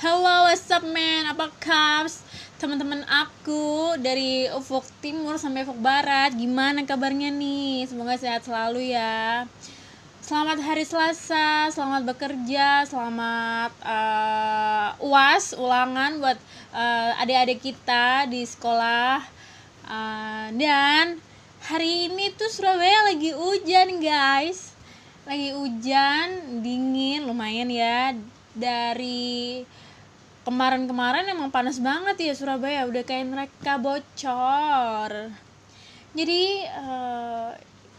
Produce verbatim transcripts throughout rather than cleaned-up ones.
Hello, what's up man? Apa kabar teman-teman aku dari ufuk timur sampai ufuk barat? Gimana kabarnya nih? Semoga sehat selalu ya. Selamat hari Selasa, selamat bekerja, selamat uh, U A S, ulangan buat uh, adik-adik kita di sekolah. Uh, dan hari ini tuh Surabaya lagi hujan guys. Lagi hujan, dingin, lumayan ya. Dari kemarin-kemarin emang panas banget ya Surabaya, udah kayak mereka bocor. Jadi uh,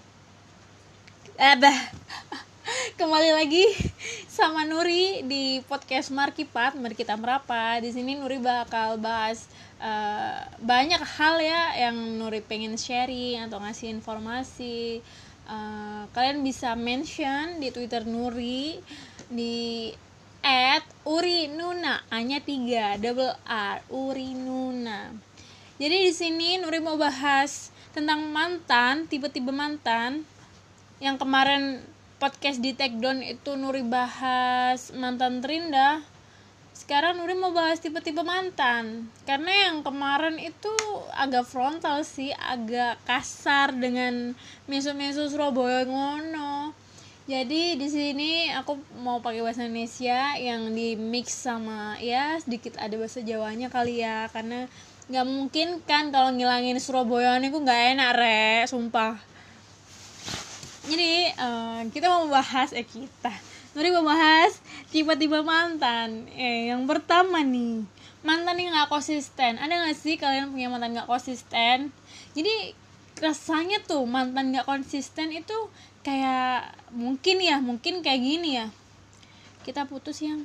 eh kembali lagi sama Nuri di podcast Markipat, mari kita merapat. Di sini Nuri bakal bahas uh, banyak hal ya yang Nuri pengen sharing atau ngasih informasi. Uh, kalian bisa mention di Twitter Nuri di at Urinuna, A-nya tiga, double R, Urinuna. Jadi di sini Nuri mau bahas tentang mantan, tipe-tipe mantan. Yang kemarin podcast di Take Down itu Nuri bahas mantan terindah. Sekarang Nuri mau bahas tipe-tipe mantan. Karena yang kemarin itu agak frontal sih, agak kasar dengan meso-meso Surabaya ngono. Jadi di sini aku mau pakai bahasa Indonesia yang di mix sama ya sedikit ada bahasa Jawanya kali ya, karena nggak mungkin kan kalau ngilangin Surabaya ini aku nggak enak re, sumpah. Jadi uh, kita mau bahas eh kita, Nuri mau bahas tipe-tipe mantan. Eh yang pertama nih, mantan yang nggak konsisten. Ada nggak sih kalian punya mantan nggak konsisten? Jadi rasanya tuh mantan nggak konsisten itu kayak mungkin ya mungkin kayak gini ya, kita putus yang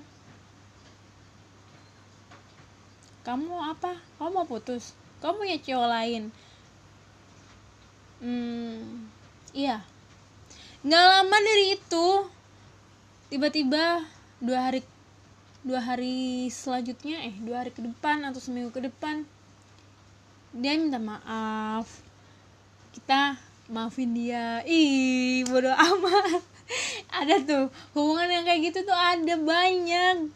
kamu apa kamu mau putus, kamu punya cowok lain. hmm iya, nggak lama dari itu tiba-tiba dua hari dua hari selanjutnya eh dua hari ke depan atau seminggu ke depan dia minta maaf, kita maafin dia. Ih, bodo amat. Ada tuh hubungan yang kayak gitu tuh ada banyak.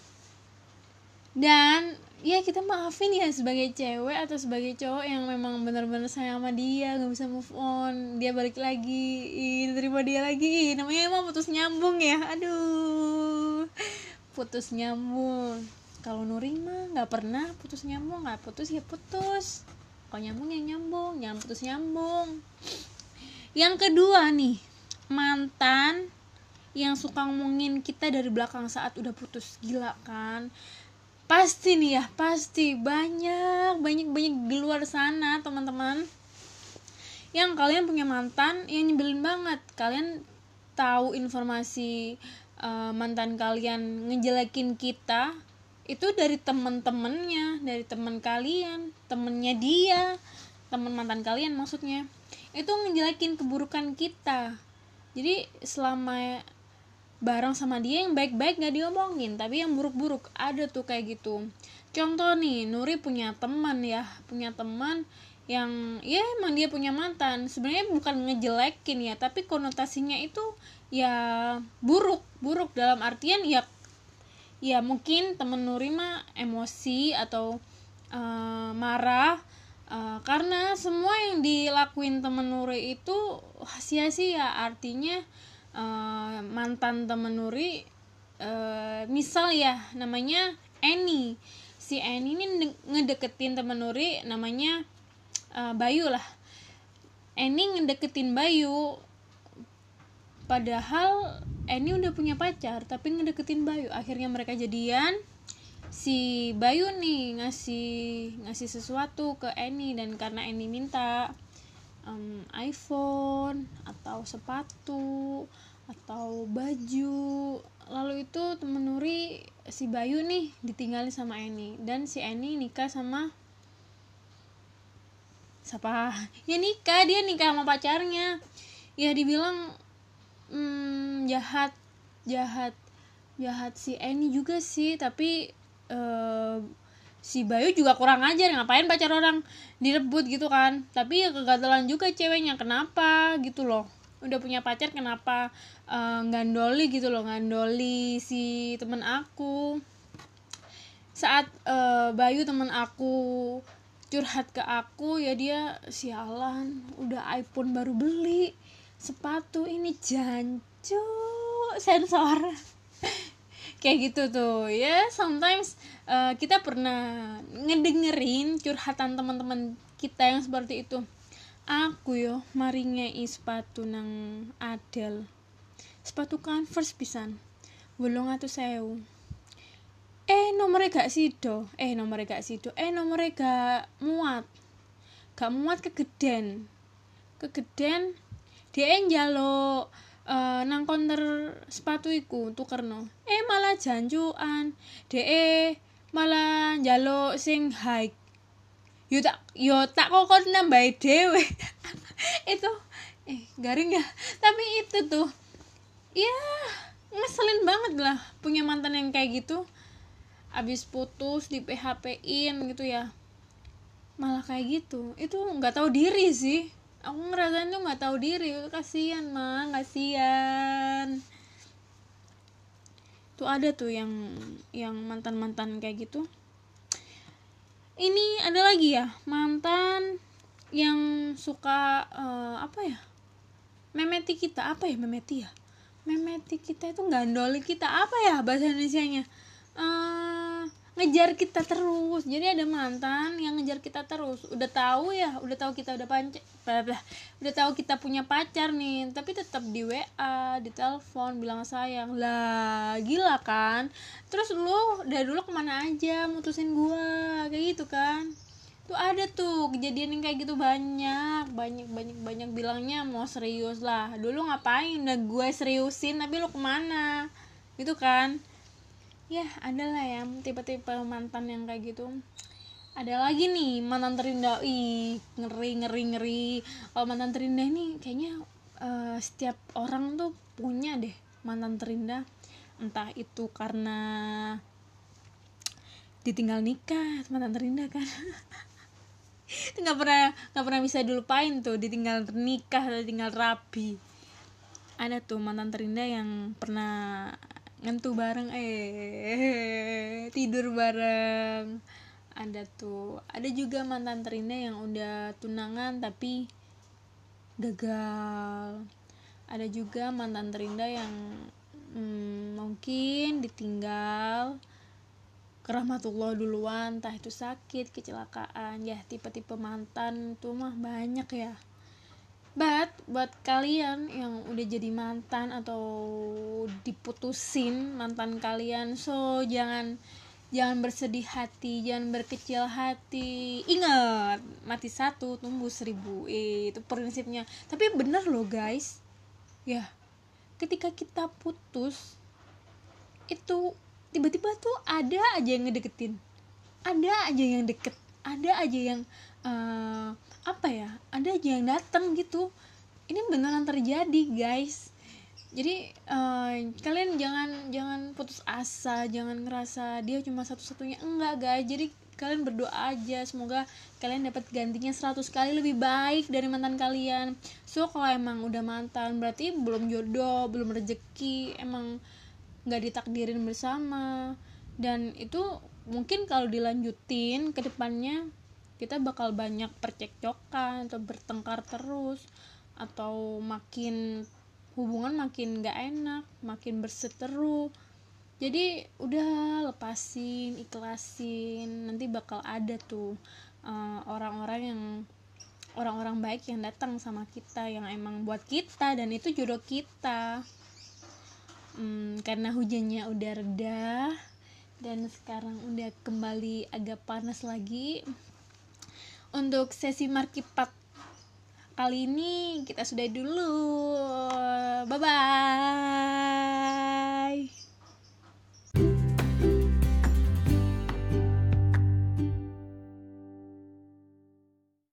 Dan ya kita maafin ya sebagai cewek atau sebagai cowok yang memang benar-benar sayang sama dia, nggak bisa move on, dia balik lagi, ih, terima dia lagi. Ih, namanya emang putus nyambung ya. Aduh, putus nyambung. Kalau Nuri mah nggak pernah putus nyambung, nggak putus ya putus. Kalau nyambung ya nyambung, jangan putus nyambung. Yang kedua nih, mantan yang suka ngomongin kita dari belakang saat udah putus. Gila kan? Pasti nih ya, pasti banyak banyak banyak di luar sana teman-teman yang kalian punya mantan yang nyebelin banget. Kalian tahu informasi uh, mantan kalian ngejelekin kita itu dari temen-temennya, dari temen kalian, temennya dia, temen mantan kalian maksudnya, itu ngejelekin keburukan kita. Jadi selama bareng sama dia yang baik-baik gak diomongin, tapi yang buruk-buruk ada tuh kayak gitu. Contoh nih, Nuri punya teman ya, punya teman yang ya emang dia punya mantan. Sebenarnya bukan ngejelekin ya, tapi konotasinya itu ya buruk, buruk dalam artian ya ya mungkin temen Nuri mah emosi atau uh, marah uh, karena semua yang dilakuin temen Nuri itu sia-sia. Artinya uh, mantan temen Nuri uh, misal ya namanya Eni, si Eni ini ngedeketin temen Nuri namanya uh, Bayu lah. Eni ngedeketin Bayu padahal Eni udah punya pacar tapi ngedeketin Bayu. Akhirnya mereka jadian. Si Bayu nih ngasih ngasih sesuatu ke Eni, dan karena Eni minta um, iPhone atau sepatu atau baju, lalu itu temen Nuri si Bayu nih ditinggalin sama Eni, dan si Eni nikah sama siapa? Ya nikah, dia nikah sama pacarnya. Ya dibilang Hmm, jahat jahat jahat si Eni juga sih, tapi uh, si Bayu juga kurang ajar, ngapain pacar orang direbut gitu kan. Tapi ya kegatelan juga ceweknya, kenapa gitu loh, udah punya pacar kenapa uh, ngandoli gitu loh, ngandoli si temen aku. saat uh, Bayu teman aku curhat ke aku, ya dia sialan udah iPhone baru beli, sepatu ini jancu, sensor kayak gitu tuh ya. Sometimes uh, kita pernah ngedengerin curhatan teman-teman kita yang seperti itu. Aku yo mari ngei sepatu nang Adel, sepatu Converse pisan wolung atus ewu, eh nomornya gak sido eh nomornya gak sido eh nomornya gak muat gak muat kegeden kegeden dia njaluk uh, nang konter sepatu iku tukerno, eh malah janjuan dia malah njaluk sing high. Yo tak yo tak kokon nambah dhewe. Itu eh garing ya. Tapi itu tuh ya ngeselin banget lah punya mantan yang kayak gitu. Abis putus di P H P-in gitu ya. Malah kayak gitu. Itu enggak tahu diri sih. Aku ngerasain tuh enggak tahu diri. Kasihan, Mang, kasihan. Tuh ada tuh yang yang mantan-mantan kayak gitu. Ini ada lagi ya, mantan yang suka uh, apa ya, memeti kita, apa ya memeti ya memeti kita itu gandoli kita, apa ya bahasa Indonesianya, uh, ngejar kita terus. Jadi ada mantan yang ngejar kita terus, udah tahu ya udah tahu kita udah pacar, udah tahu kita punya pacar nih, tapi tetap di W A, di telepon bilang sayang lah, gila kan. Terus lu dari dulu kemana aja mutusin gua, kayak gitu kan. Tuh ada tuh kejadian yang kayak gitu banyak banyak banyak banyak bilangnya mau serius lah, dulu ngapain udah gue seriusin tapi lu kemana gitu kan. Ya ada lah ya tipe-tipe mantan yang kayak gitu. Ada lagi nih mantan terindah, ih ngeri ngeri ngeri. Kalau mantan terindah ini kayaknya uh, setiap orang tuh punya deh mantan terindah, entah itu karena ditinggal nikah, mantan terindah kan. Itu nggak pernah nggak pernah bisa dilupain tuh, ditinggal nikah atau tinggal rabi. Ada tuh mantan terindah yang pernah ngentu bareng, eh tidur bareng. Ada tuh, ada juga mantan terindah yang udah tunangan tapi gagal. Ada juga mantan terindah yang hmm, mungkin ditinggal rahmatullah duluan, entah itu sakit, kecelakaan, ya tipe-tipe mantan tuh mah banyak ya. But buat kalian yang udah jadi mantan atau diputusin mantan kalian, so jangan jangan bersedih hati, jangan berkecil hati. Ingat, mati satu tumbuh seribu, eh, itu prinsipnya. Tapi bener loh guys, ya ketika kita putus itu tiba-tiba tuh ada aja yang ngedeketin, ada aja yang deket, ada aja yang uh, apa ya, ada aja yang datang gitu. Ini beneran terjadi guys. Jadi uh, kalian jangan jangan putus asa, jangan ngerasa dia cuma satu-satunya, enggak guys. Jadi kalian berdoa aja semoga kalian dapat gantinya seratus kali lebih baik dari mantan kalian. So kalau emang udah mantan berarti belum jodoh, belum rezeki, emang nggak ditakdirin bersama. Dan itu mungkin kalau dilanjutin ke depannya kita bakal banyak percekcokan atau bertengkar terus, atau makin hubungan makin nggak enak, makin berseteru. Jadi udah lepasin, ikhlasin, nanti bakal ada tuh uh, orang-orang yang orang-orang baik yang datang sama kita, yang emang buat kita dan itu jodoh kita. Hmm, karena hujannya udah reda dan sekarang udah kembali agak panas lagi. Untuk sesi Markipat kali ini kita sudah dulu. Bye bye.